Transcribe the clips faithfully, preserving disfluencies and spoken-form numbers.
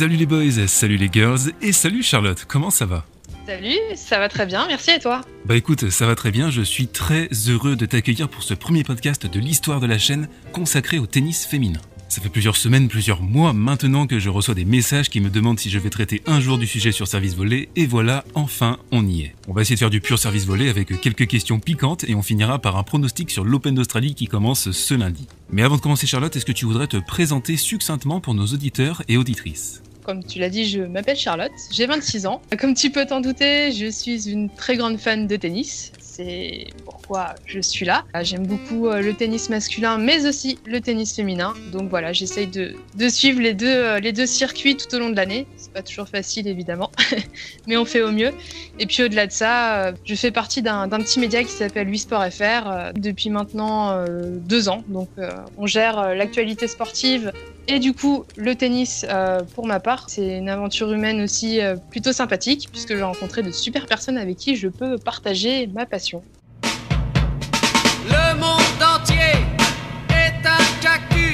Salut les boys, salut les girls et salut Charlotte, comment ça va ? Salut, ça va très bien, merci et toi ? Bah écoute, ça va très bien, je suis très heureux de t'accueillir pour ce premier podcast de l'histoire de la chaîne consacré au tennis féminin. Ça fait plusieurs semaines, plusieurs mois maintenant que je reçois des messages qui me demandent si je vais traiter un jour du sujet sur service volé, et voilà, enfin, on y est. On va essayer de faire du pur service volé avec quelques questions piquantes et on finira par un pronostic sur l'Open d'Australie qui commence ce lundi. Mais avant de commencer Charlotte, est-ce que tu voudrais te présenter succinctement pour nos auditeurs et auditrices ? Comme tu l'as dit, je m'appelle Charlotte, j'ai vingt-six ans. Comme tu peux t'en douter, je suis une très grande fan de tennis. C'est pourquoi je suis là. J'aime beaucoup le tennis masculin, mais aussi le tennis féminin. Donc voilà, j'essaye de, de suivre les deux, les deux circuits tout au long de l'année. C'est pas toujours facile, évidemment, mais on fait au mieux. Et puis au-delà de ça, je fais partie d'un, d'un petit média qui s'appelle huit Sport F R depuis maintenant euh, deux ans. Donc euh, on gère l'actualité sportive et du coup le tennis euh, pour ma part. C'est une aventure humaine aussi euh, plutôt sympathique puisque j'ai rencontré de super personnes avec qui je peux partager ma passion. Le monde entier est un cactus.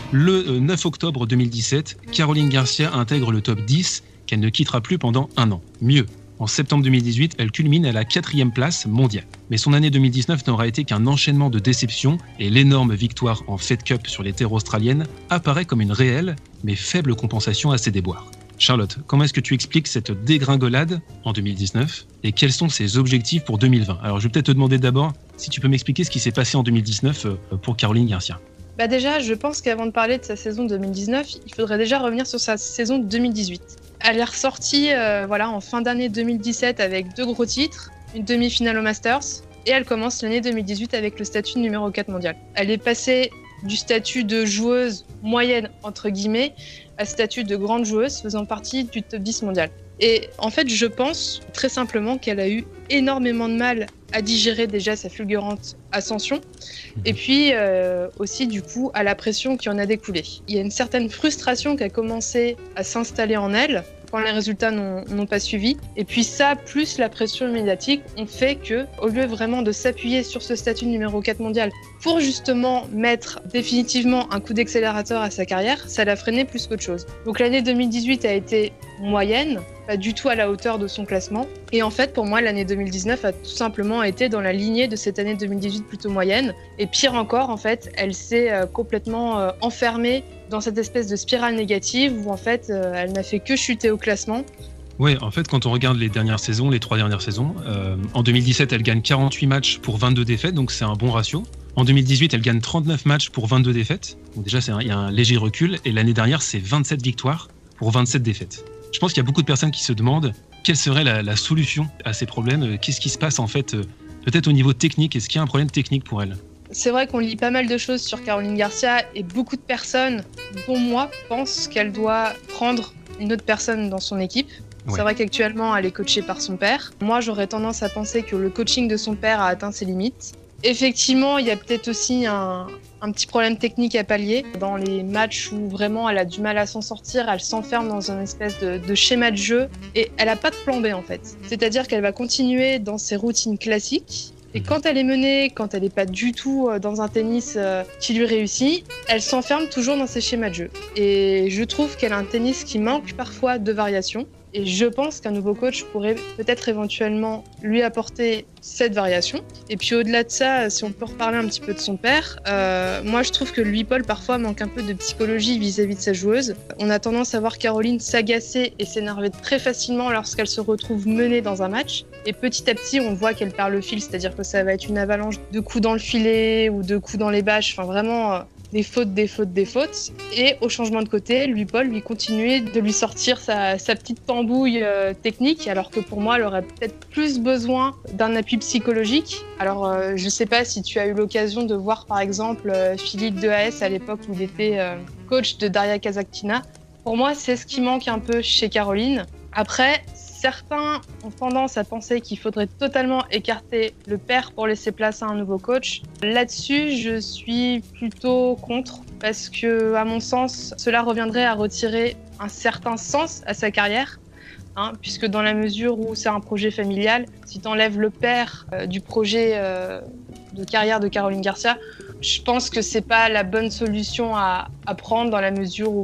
Le neuf octobre deux mille dix-sept, Caroline Garcia intègre le top dix qu'elle ne quittera plus pendant un an. Mieux, en septembre deux mille dix-huit, elle culmine à la quatrième place mondiale. Mais son année deux mille dix-neuf n'aura été qu'un enchaînement de déceptions et l'énorme victoire en Fed Cup sur les terres australiennes apparaît comme une réelle mais faible compensation à ses déboires. Charlotte, comment est-ce que tu expliques cette dégringolade en deux mille dix-neuf et quels sont ses objectifs pour deux mille vingt ? Alors je vais peut-être te demander d'abord si tu peux m'expliquer ce qui s'est passé en deux mille dix-neuf pour Caroline Garcia. Bah déjà, je pense qu'avant de parler de sa saison deux mille dix-neuf, il faudrait déjà revenir sur sa saison deux mille dix-huit. Elle est ressortie euh, voilà, en fin d'année deux mille dix-sept avec deux gros titres, une demi-finale au Masters, et elle commence l'année deux mille dix-huit avec le statut de numéro quatre mondial. Elle est passée du statut de joueuse moyenne, entre guillemets, à statut de grande joueuse faisant partie du top dix mondial. Et en fait, je pense très simplement qu'elle a eu énormément de mal à digérer déjà sa fulgurante ascension et puis euh, aussi du coup à la pression qui en a découlé. Il y a une certaine frustration qui a commencé à s'installer en elle quand les résultats n'ont, n'ont pas suivi. Et puis ça, plus la pression médiatique, ont fait que, au lieu vraiment de s'appuyer sur ce statut de numéro quatre mondial pour justement mettre définitivement un coup d'accélérateur à sa carrière, ça l'a freiné plus qu'autre chose. Donc l'année deux mille dix-huit a été moyenne, pas du tout à la hauteur de son classement. Et en fait, pour moi, l'année deux mille dix-neuf a tout simplement été dans la lignée de cette année deux mille dix-huit plutôt moyenne. Et pire encore, en fait, elle s'est euh, complètement euh, enfermée dans cette espèce de spirale négative où en fait, euh, elle n'a fait que chuter au classement. Oui, en fait, quand on regarde les dernières saisons, les trois dernières saisons, euh, en deux mille dix-sept, elle gagne quarante-huit matchs pour vingt-deux défaites, donc c'est un bon ratio. En deux mille dix-huit, elle gagne trente-neuf matchs pour vingt-deux défaites, donc déjà il y a un léger recul. Et l'année dernière, c'est vingt-sept victoires pour vingt-sept défaites. Je pense qu'il y a beaucoup de personnes qui se demandent quelle serait la, la solution à ces problèmes. Qu'est-ce qui se passe en fait, peut-être au niveau technique ? Est-ce qu'il y a un problème technique pour elle ? C'est vrai qu'on lit pas mal de choses sur Caroline Garcia et beaucoup de personnes, dont moi, pensent qu'elle doit prendre une autre personne dans son équipe. Ouais. C'est vrai qu'actuellement, elle est coachée par son père. Moi, j'aurais tendance à penser que le coaching de son père a atteint ses limites. Effectivement, il y a peut-être aussi un, un petit problème technique à pallier. Dans les matchs où vraiment elle a du mal à s'en sortir, elle s'enferme dans une espèce de, de schéma de jeu et elle n'a pas de plan B en fait. C'est-à-dire qu'elle va continuer dans ses routines classiques. Et quand elle est menée, quand elle n'est pas du tout dans un tennis qui lui réussit, elle s'enferme toujours dans ses schémas de jeu. Et je trouve qu'elle a un tennis qui manque parfois de variation. Et je pense qu'un nouveau coach pourrait peut-être éventuellement lui apporter cette variation. Et puis au-delà de ça, si on peut reparler un petit peu de son père, euh, moi je trouve que lui, Paul, parfois manque un peu de psychologie vis-à-vis de sa joueuse. On a tendance à voir Caroline s'agacer et s'énerver très facilement lorsqu'elle se retrouve menée dans un match. Et petit à petit, on voit qu'elle perd le fil, c'est-à-dire que ça va être une avalanche de coups dans le filet ou de coups dans les bâches, enfin vraiment... Euh, des fautes, des fautes, des fautes. Et au changement de côté, lui, Paul, lui continuait de lui sortir sa, sa petite tambouille euh, technique, alors que pour moi, elle aurait peut-être plus besoin d'un appui psychologique. Alors, euh, je ne sais pas si tu as eu l'occasion de voir, par exemple, euh, Philippe Dehaes à l'époque où il était euh, coach de Daria Kasatkina. Pour moi, c'est ce qui manque un peu chez Caroline. Après, certains ont tendance à penser qu'il faudrait totalement écarter le père pour laisser place à un nouveau coach. Là-dessus, je suis plutôt contre parce que, à mon sens, cela reviendrait à retirer un certain sens à sa carrière. Hein, puisque dans la mesure où c'est un projet familial, si tu enlèves le père euh, du projet euh, de carrière de Caroline Garcia, je pense que c'est pas la bonne solution à, à prendre dans la mesure où voilà,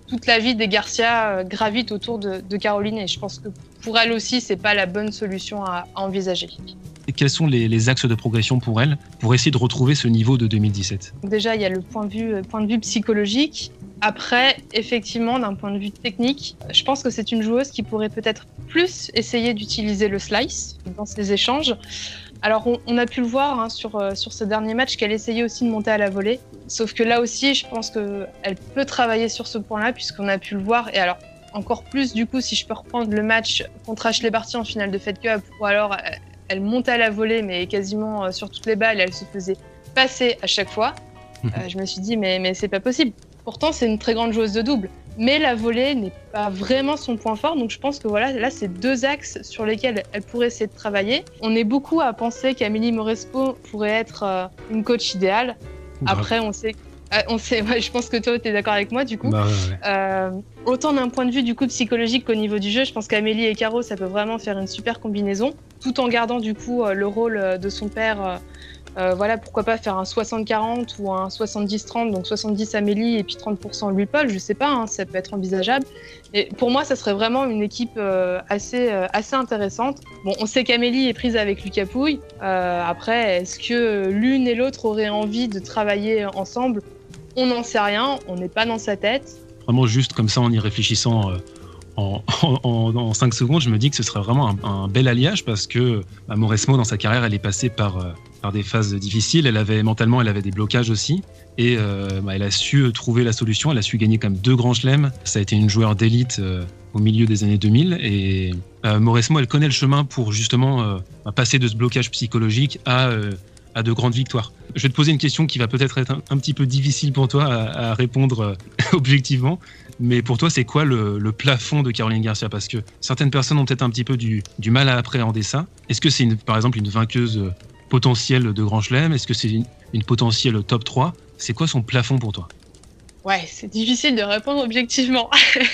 toute la vie des Garcia euh, gravite autour de, de Caroline et je pense que pour elle aussi, c'est pas la bonne solution à, à envisager. Et quels sont les, les axes de progression pour elle pour essayer de retrouver ce niveau de deux mille dix-sept? Déjà, il y a le point de vue, point de vue psychologique. Après, effectivement, d'un point de vue technique, je pense que c'est une joueuse qui pourrait peut-être plus essayer d'utiliser le slice dans ses échanges. Alors, on, on a pu le voir hein, sur, euh, sur ce dernier match qu'elle essayait aussi de monter à la volée. Sauf que là aussi, je pense qu'elle peut travailler sur ce point-là, puisqu'on a pu le voir. Et alors, encore plus, du coup, si je peux reprendre le match contre Ashley Barty en finale de Fed Cup, ou alors elle, elle montait à la volée, mais quasiment euh, sur toutes les balles, elle se faisait passer à chaque fois. Mmh. Euh, je me suis dit, mais, mais c'est pas possible. Pourtant, c'est une très grande joueuse de double. Mais la volée n'est pas vraiment son point fort. Donc, je pense que voilà, là, c'est deux axes sur lesquels elle pourrait essayer de travailler. On est beaucoup à penser qu'Amélie Mauresmo pourrait être euh, une coach idéale. Grave. Après, on sait, euh, on sait ouais, je pense que toi, tu es d'accord avec moi, du coup. Bah, ouais, ouais. Euh, autant d'un point de vue du coup psychologique qu'au niveau du jeu, je pense qu'Amélie et Caro, ça peut vraiment faire une super combinaison, tout en gardant du coup le rôle de son père. Euh, Euh, voilà, pourquoi pas faire un soixante quarante ou un soixante-dix trente, donc soixante-dix Amélie et puis trente pour cent Louis-Paul, je sais pas, hein, ça peut être envisageable. Et pour moi, ça serait vraiment une équipe euh, assez, euh, assez intéressante. Bon, on sait qu'Amélie est prise avec Lucas Pouille. Euh, après, est-ce que l'une et l'autre auraient envie de travailler ensemble? On n'en sait rien, on n'est pas dans sa tête. Vraiment juste comme ça, en y réfléchissant... Euh... En, en, en cinq secondes, je me dis que ce serait vraiment un, un bel alliage parce que bah, Mauresmo, dans sa carrière, elle est passée par, euh, par des phases difficiles. Elle avait, mentalement, elle avait des blocages aussi. Et euh, bah, elle a su trouver la solution. Elle a su gagner comme deux grands chelems. Ça a été une joueur d'élite euh, au milieu des années deux mille. Et euh, Mauresmo, elle connaît le chemin pour justement euh, passer de ce blocage psychologique à... Euh, à de grandes victoires. Je vais te poser une question qui va peut-être être un, un petit peu difficile pour toi à, à répondre euh, objectivement, mais pour toi, c'est quoi le, le plafond de Caroline Garcia? Parce que certaines personnes ont peut-être un petit peu du, du mal à appréhender ça. Est-ce que c'est une, par exemple une vainqueuse potentielle de Grand Chelem? Est-ce que c'est une, une potentielle top trois? C'est quoi son plafond pour toi? Ouais, c'est difficile de répondre objectivement.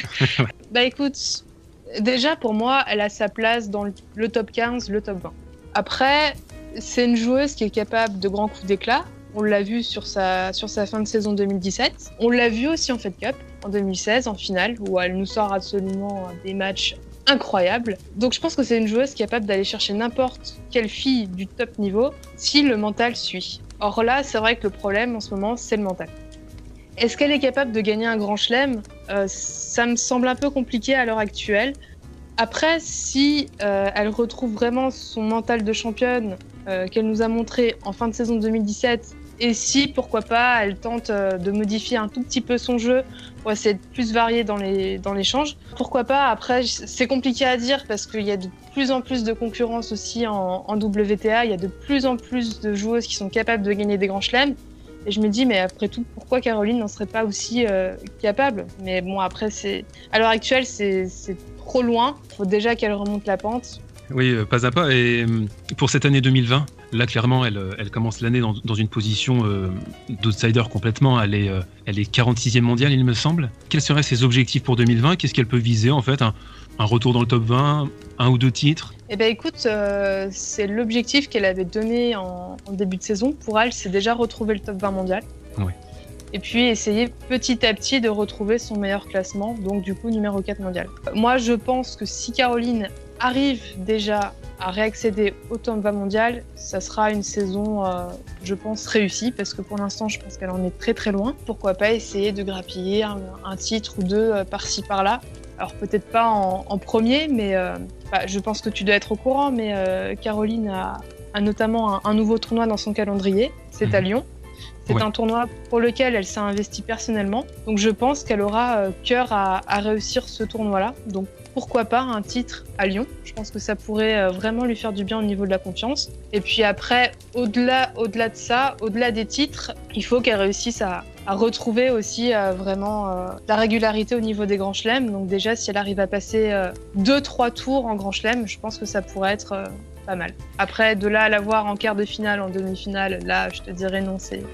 Bah écoute, déjà pour moi, elle a sa place dans le, le top quinze, le top vingt. Après, c'est une joueuse qui est capable de grands coups d'éclat. On l'a vu sur sa, sur sa fin de saison deux mille dix-sept. On l'a vu aussi en Fed Cup en deux mille seize, en finale, où elle nous sort absolument des matchs incroyables. Donc je pense que c'est une joueuse capable d'aller chercher n'importe quelle fille du top niveau si le mental suit. Or là, c'est vrai que le problème en ce moment, c'est le mental. Est-ce qu'elle est capable de gagner un grand chelem? euh, Ça me semble un peu compliqué à l'heure actuelle. Après, si euh, elle retrouve vraiment son mental de championne euh, qu'elle nous a montré en fin de saison deux mille dix-sept, et si, pourquoi pas, elle tente euh, de modifier un tout petit peu son jeu pour essayer de plus varier dans les dans l'échange, pourquoi pas. Après, c'est compliqué à dire parce qu'il y a de plus en plus de concurrence aussi en, en W T A, il y a de plus en plus de joueuses qui sont capables de gagner des grands chelems. Et je me dis, mais après tout, pourquoi Caroline n'en serait pas aussi euh, capable? Mais bon, après, c'est à l'heure actuelle, c'est, c'est trop loin. Il faut déjà qu'elle remonte la pente. Oui, euh, pas à pas. Et pour cette année deux mille vingt, là, clairement, elle, elle commence l'année dans, dans une position euh, d'outsider complètement. Elle est, euh, elle est quarante-sixième mondiale, il me semble. Quels seraient ses objectifs pour deux mille vingt? Qu'est-ce qu'elle peut viser, en fait? un, un retour dans le top vingt? Un ou deux titres? Eh bien, écoute, euh, c'est l'objectif qu'elle avait donné en, en début de saison. Pour elle, c'est déjà retrouver le top vingt mondial. Oui. Et puis essayer petit à petit de retrouver son meilleur classement, donc du coup numéro quatre mondial. Moi, je pense que si Caroline arrive déjà à réaccéder au top vingt mondial, ça sera une saison, euh, je pense, réussie, parce que pour l'instant, je pense qu'elle en est très très loin. Pourquoi pas essayer de grappiller un, un titre ou deux euh, par-ci par-là. Alors peut-être pas en, en premier, mais euh, bah, je pense que tu dois être au courant, mais euh, Caroline a, a notamment un, un nouveau tournoi dans son calendrier, c'est mmh. à Lyon. C'est ouais. un tournoi pour lequel elle s'est investie personnellement. Donc je pense qu'elle aura euh, cœur à, à réussir ce tournoi-là. Donc pourquoi pas un titre à Lyon? Je pense que ça pourrait euh, vraiment lui faire du bien au niveau de la confiance. Et puis après, au-delà, au-delà de ça, au-delà des titres, il faut qu'elle réussisse à, à retrouver aussi euh, vraiment euh, la régularité au niveau des grands chelems. Donc déjà, si elle arrive à passer euh, deux, trois tours en grand chelem, je pense que ça pourrait être... Euh, pas mal. Après, de là à la voir en quart de finale, en demi-finale, là, je te dirais non, c'est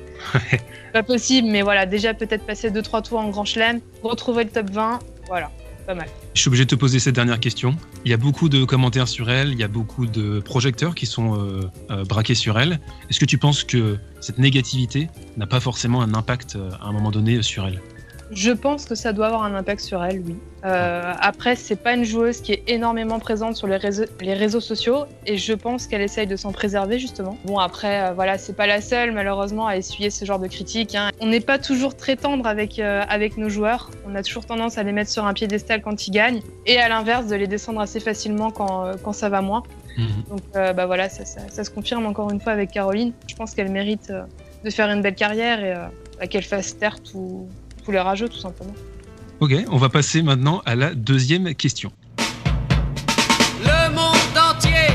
pas possible. Mais voilà, déjà peut-être passer deux trois tours en grand chelem, retrouver le top vingt, voilà, pas mal. Je suis obligé de te poser cette dernière question. Il y a beaucoup de commentaires sur elle, il y a beaucoup de projecteurs qui sont euh, euh, braqués sur elle. Est-ce que tu penses que cette négativité n'a pas forcément un impact euh, à un moment donné sur elle? Je pense que ça doit avoir un impact sur elle, oui. Euh, après, c'est pas une joueuse qui est énormément présente sur les réseaux, les réseaux sociaux et je pense qu'elle essaye de s'en préserver justement. Bon, après, euh, voilà, c'est pas la seule malheureusement à essuyer ce genre de critiques. Hein. On n'est pas toujours très tendre avec, euh, avec nos joueurs. On a toujours tendance à les mettre sur un piédestal quand ils gagnent et à l'inverse de les descendre assez facilement quand, euh, quand ça va moins. Mmh. Donc, euh, bah voilà, ça, ça, ça se confirme encore une fois avec Caroline. Je pense qu'elle mérite euh, de faire une belle carrière et euh, bah, qu'elle fasse taire tout. les rageux tout simplement. Ok, on va passer maintenant à la deuxième question. Le monde entier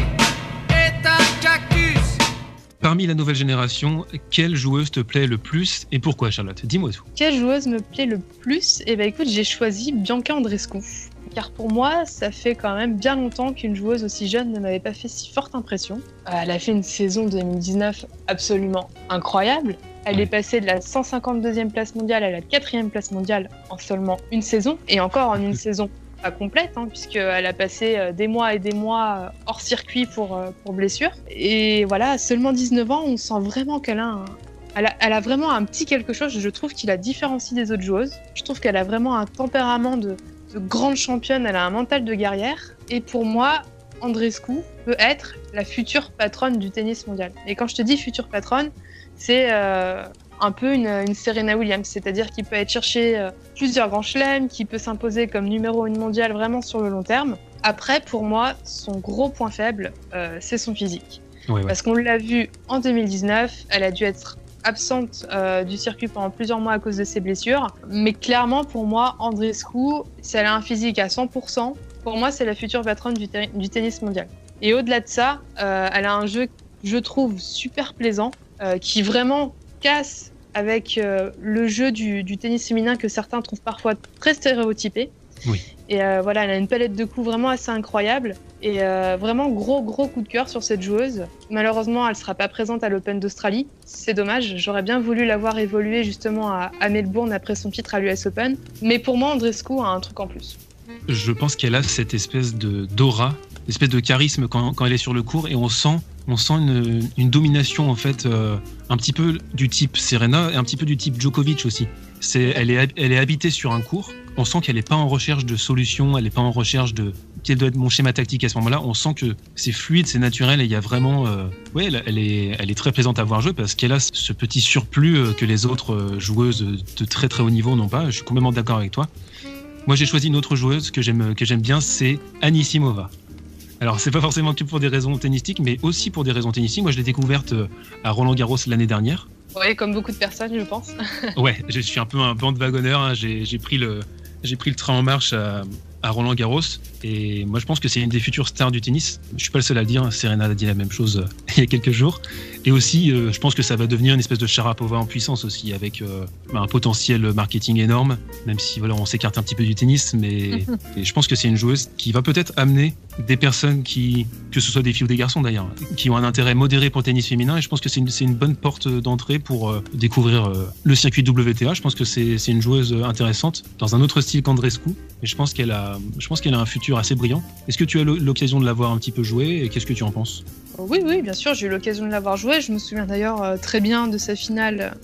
est un cactus. Parmi la nouvelle génération, quelle joueuse te plaît le plus et pourquoi, Charlotte? Dis-moi tout. Quelle joueuse me plaît le plus? Eh ben écoute, j'ai choisi Bianca Andreescu. Car pour moi, ça fait quand même bien longtemps qu'une joueuse aussi jeune ne m'avait pas fait si forte impression. Elle a fait une saison deux mille dix-neuf absolument incroyable. Elle est passée de la cent cinquante-deuxième place mondiale à la quatrième place mondiale en seulement une saison. Et encore en une saison pas complète, hein, puisqu'elle a passé des mois et des mois hors circuit pour, pour blessure. Et voilà, à seulement dix-neuf ans, on sent vraiment qu'elle a un... Elle a, elle a vraiment un petit quelque chose, je trouve, qui la différencie des autres joueuses. Je trouve qu'elle a vraiment un tempérament de, de grande championne, elle a un mental de guerrière. Et pour moi, Andreescu peut être la future patronne du tennis mondial. Et quand je te dis future patronne, c'est euh, un peu une, une Serena Williams, c'est-à-dire qu'il peut être chercher euh, plusieurs grands chelems, qui peut s'imposer comme numéro une mondiale vraiment sur le long terme. Après, pour moi, son gros point faible, euh, c'est son physique. Oui, ouais. Parce qu'on l'a vu en deux mille dix-neuf, elle a dû être absente euh, du circuit pendant plusieurs mois à cause de ses blessures. Mais clairement, pour moi, Andreescu, si elle a un physique à cent pour cent, pour moi, c'est la future patronne du, ter- du tennis mondial. Et au-delà de ça, euh, elle a un jeu, je trouve, super plaisant, euh, qui vraiment casse avec euh, le jeu du, du tennis féminin que certains trouvent parfois très stéréotypé. Oui. Et euh, voilà, elle a une palette de coups vraiment assez incroyable. Et euh, vraiment, gros, gros coup de cœur sur cette joueuse. Malheureusement, elle ne sera pas présente à l'Open d'Australie. C'est dommage. J'aurais bien voulu la voir évoluer justement à, à Melbourne après son titre à l'U S Open. Mais pour moi, Andreescu a un truc en plus. Je pense qu'elle a cette espèce de d'aura, espèce de charisme quand, quand elle est sur le court et on sent, on sent une, une domination en fait, euh, un petit peu du type Serena et un petit peu du type Djokovic aussi. C'est, elle, est, elle est habitée sur un court, on sent qu'elle n'est pas en recherche de solutions, elle n'est pas en recherche de quel doit être mon schéma tactique à ce moment-là. On sent que c'est fluide, c'est naturel et il y a vraiment... Euh, ouais, elle, elle, est, elle est très plaisante à voir jouer parce qu'elle a ce petit surplus que les autres joueuses de très très haut niveau n'ont pas. Je suis complètement d'accord avec toi. Moi, j'ai choisi une autre joueuse que j'aime, que j'aime bien, c'est Anisimova. Alors, c'est pas forcément que pour des raisons tennistiques, mais aussi pour des raisons tennistiques. Moi, je l'ai découverte à Roland-Garros l'année dernière. Oui, comme beaucoup de personnes, je pense. Ouais, je suis un peu un bandewagonneur. Hein. J'ai, j'ai, pris le, j'ai pris le train en marche à, à Roland-Garros. Et moi, je pense que c'est une des futures stars du tennis. Je suis pas le seul à le dire. Serena a dit la même chose euh, il y a quelques jours. Et aussi, euh, je pense que ça va devenir une espèce de Sharapova en puissance aussi, avec euh, un potentiel marketing énorme, même si voilà, on s'écarte un petit peu du tennis. Mais et je pense que c'est une joueuse qui va peut-être amener des personnes qui, que ce soit des filles ou des garçons d'ailleurs, qui ont un intérêt modéré pour le tennis féminin. Et je pense que c'est une, c'est une bonne porte d'entrée pour euh, découvrir euh, le circuit W T A. Je pense que c'est, c'est une joueuse intéressante dans un autre style qu'Andreescu. Et je pense qu'elle a, je pense qu'elle a un futur assez brillant. Est-ce que tu as l'occasion de la voir un petit peu jouer et qu'est-ce que tu en penses? Oui, oui, bien sûr, j'ai eu l'occasion de la voir jouer. Je me souviens d'ailleurs euh, très bien de sa finale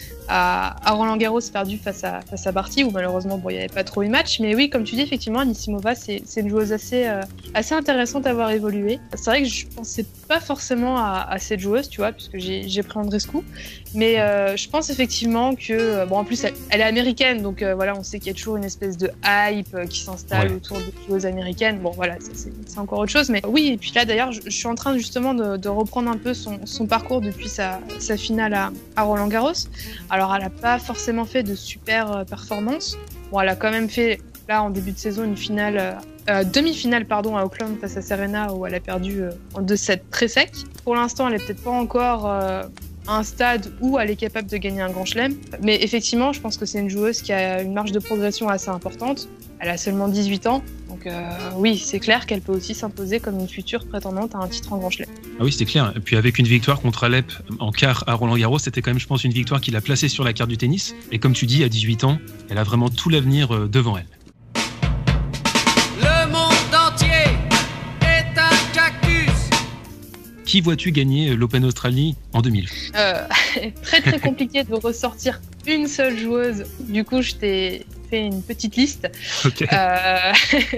à, à Roland-Garros perdue face à, face à Barty, où malheureusement, bon, il n'y avait pas trop eu match. Mais oui, comme tu dis, effectivement, Anisimova, c'est, c'est une joueuse assez, euh, assez intéressante à voir évoluer. C'est vrai que je ne pensais pas forcément à, à cette joueuse, tu vois, puisque j'ai, j'ai pris Andreescu. Mais euh, je pense effectivement que, bon, en plus, elle, elle est américaine, donc euh, voilà, on sait qu'il y a toujours une espèce de hype euh, qui s'installe ouais. autour des joueuses américaines. Bon, voilà, ça, c'est, c'est encore autre chose. Mais oui, et puis là, d'ailleurs, je, je suis en train justement de, de reprendre un peu son, son parcours depuis sa, sa finale à, à Roland-Garros. Alors, elle n'a pas forcément fait de super euh, performances. Bon, elle a quand même fait, là, en début de saison, une finale... Euh, demi-finale pardon, à Auckland face à Serena, où elle a perdu euh, en deux sept très sec. Pour l'instant, elle n'est peut-être pas encore... Euh, un stade où elle est capable de gagner un grand chelem. Mais effectivement, je pense que c'est une joueuse qui a une marge de progression assez importante. Elle a seulement dix-huit ans. Donc euh, oui, c'est clair qu'elle peut aussi s'imposer comme une future prétendante à un titre en grand chelem. Ah oui, c'est clair. Et puis avec une victoire contre Alep en quart à Roland-Garros, c'était quand même, je pense, une victoire qui l'a placée sur la carte du tennis. Et comme tu dis, à dix-huit ans, elle a vraiment tout l'avenir devant elle. Le monde entier est un cactus. Qui vois-tu gagner l'Open Australie en deux mille? euh, Très très compliqué de ressortir une seule joueuse. Du coup, je t'ai fait une petite liste. Ok. Euh...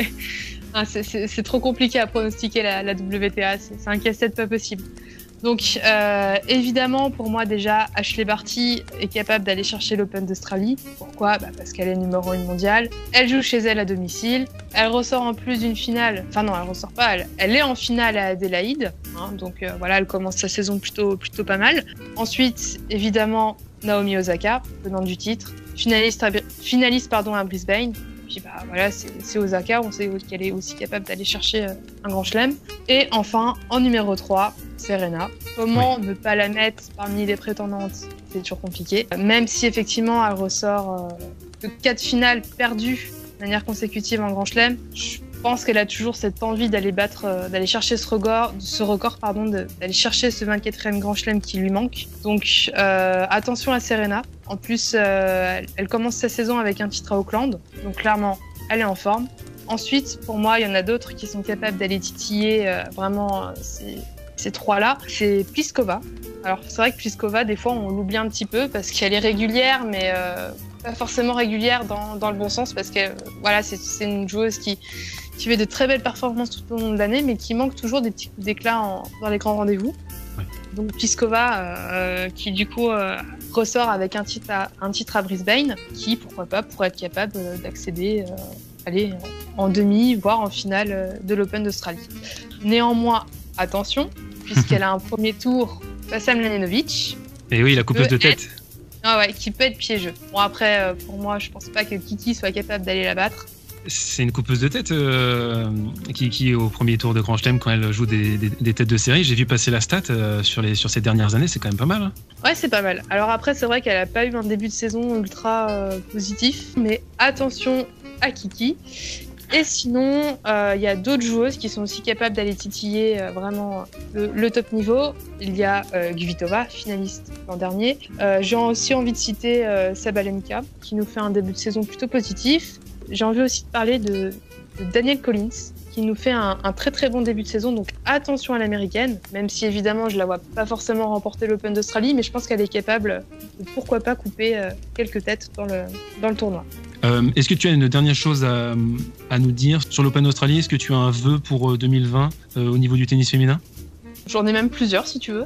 c'est, c'est, c'est trop compliqué à pronostiquer la, la W T A. C'est, c'est un casse-tête pas possible. Donc, euh, évidemment, pour moi, déjà, Ashleigh Barty est capable d'aller chercher l'Open d'Australie. Pourquoi ? Bah parce qu'elle est numéro un mondiale. Elle joue chez elle à domicile. Elle ressort en plus d'une finale. Enfin, non, elle ressort pas. Elle, elle est en finale à Adélaïde. Hein, donc, euh, voilà, elle commence sa saison plutôt, plutôt pas mal. Ensuite, évidemment, Naomi Osaka, tenante du titre. Finaliste, à, finaliste pardon, à Brisbane. Puis bah voilà, c'est, c'est Osaka, on sait qu'elle est aussi capable d'aller chercher un grand chelem. Et enfin, en numéro trois, Serena. Comment oui. ne pas la mettre parmi les prétendantes ? C'est toujours compliqué. Même si effectivement elle ressort euh, de quatre finales perdues de manière consécutive en grand chelem, je pense qu'elle a toujours cette envie d'aller battre, euh, d'aller chercher ce record, ce record pardon, de, d'aller chercher ce vingt-quatrième grand chelem qui lui manque. Donc euh, attention à Serena. En plus, euh, elle, elle commence sa saison avec un titre à Auckland, donc clairement, elle est en forme. Ensuite, pour moi, il y en a d'autres qui sont capables d'aller titiller euh, vraiment euh, ces, ces trois-là. C'est Pliskova. Alors, c'est vrai que Pliskova, des fois, on l'oublie un petit peu parce qu'elle est régulière, mais euh, pas forcément régulière dans, dans le bon sens parce que euh, voilà, c'est, c'est une joueuse qui, qui fait de très belles performances tout au long de l'année, mais qui manque toujours des petits coups d'éclat en, dans les grands rendez-vous. Ouais. Donc Pliskova, euh, qui du coup euh, ressort avec un titre, à, un titre à Brisbane, qui, pourquoi pas, pourrait être capable d'accéder euh, aller en demi, voire en finale de l'Open d'Australie. Néanmoins, attention, puisqu'elle a un premier tour face à Mladenovic. Et oui, la coupeuse de tête. Être... Ah ouais, qui peut être piégeux. Bon après, pour moi, je pense pas que Kiki soit capable d'aller la battre. C'est une coupeuse de tête euh, qui, qui, au premier tour de Grand Chelem, quand elle joue des, des, des têtes de série, j'ai vu passer la stat euh, sur, les, sur ces dernières années, c'est quand même pas mal. Hein. Ouais, c'est pas mal. Alors après, c'est vrai qu'elle a pas eu un début de saison ultra euh, positif, mais attention à Kiki. Et sinon, il euh, y a d'autres joueuses qui sont aussi capables d'aller titiller euh, vraiment le, le top niveau. Il y a euh, Kvitova, finaliste l'an dernier. Euh, j'ai aussi envie de citer euh, Sabalenka, qui nous fait un début de saison plutôt positif. J'ai envie aussi de parler de, de Danielle Collins, qui nous fait un, un très très bon début de saison. Donc attention à l'américaine, même si évidemment je la vois pas forcément remporter l'Open d'Australie, mais je pense qu'elle est capable de pourquoi pas couper euh, quelques têtes dans le, dans le tournoi. Euh, est-ce que tu as une dernière chose à, à nous dire sur l'Open d'Australie ? Est-ce que tu as un vœu pour deux mille vingt euh, au niveau du tennis féminin ? J'en ai même plusieurs si tu veux.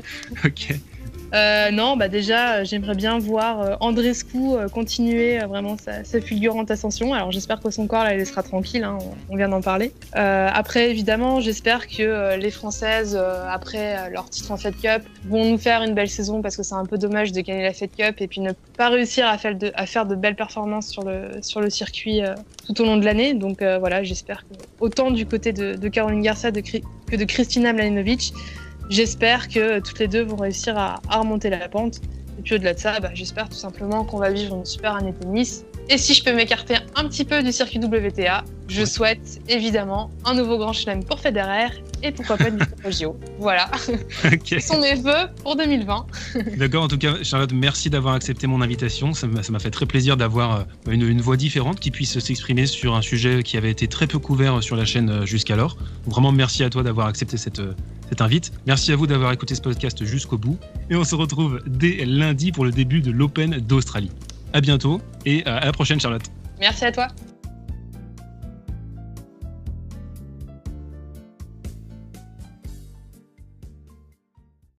Ok. Euh, non, bah déjà, j'aimerais bien voir euh, Andreescu euh, continuer euh, vraiment sa, sa fulgurante ascension. Alors j'espère que son corps là, il sera tranquille, hein, on, on vient d'en parler. Euh, après, évidemment, j'espère que euh, les Françaises, euh, après euh, leur titre en Fed Cup, vont nous faire une belle saison parce que c'est un peu dommage de gagner la Fed Cup et puis ne pas réussir à faire de, à faire de belles performances sur le, sur le circuit euh, tout au long de l'année. Donc euh, voilà, j'espère que autant du côté de, de Caroline Garcia de, que de Kristina Mladenovic, j'espère que toutes les deux vont réussir à, à remonter la pente. Et puis au-delà de ça, bah, j'espère tout simplement qu'on va vivre une super année tennis. Et si je peux m'écarter un petit peu du circuit W T A, je souhaite évidemment un nouveau grand chelem pour Federer et pourquoi pas une victoire au J O. Voilà. Okay. Ce sont mes vœux pour deux mille vingt. D'accord, en tout cas, Charlotte, merci d'avoir accepté mon invitation. Ça m'a, ça m'a fait très plaisir d'avoir une, une voix différente qui puisse s'exprimer sur un sujet qui avait été très peu couvert sur la chaîne jusqu'alors. Donc, vraiment, merci à toi d'avoir accepté cette, cette invite. Merci à vous d'avoir écouté ce podcast jusqu'au bout. Et on se retrouve dès lundi pour le début de l'Open d'Australie. À bientôt et à la prochaine, Charlotte. Merci à toi.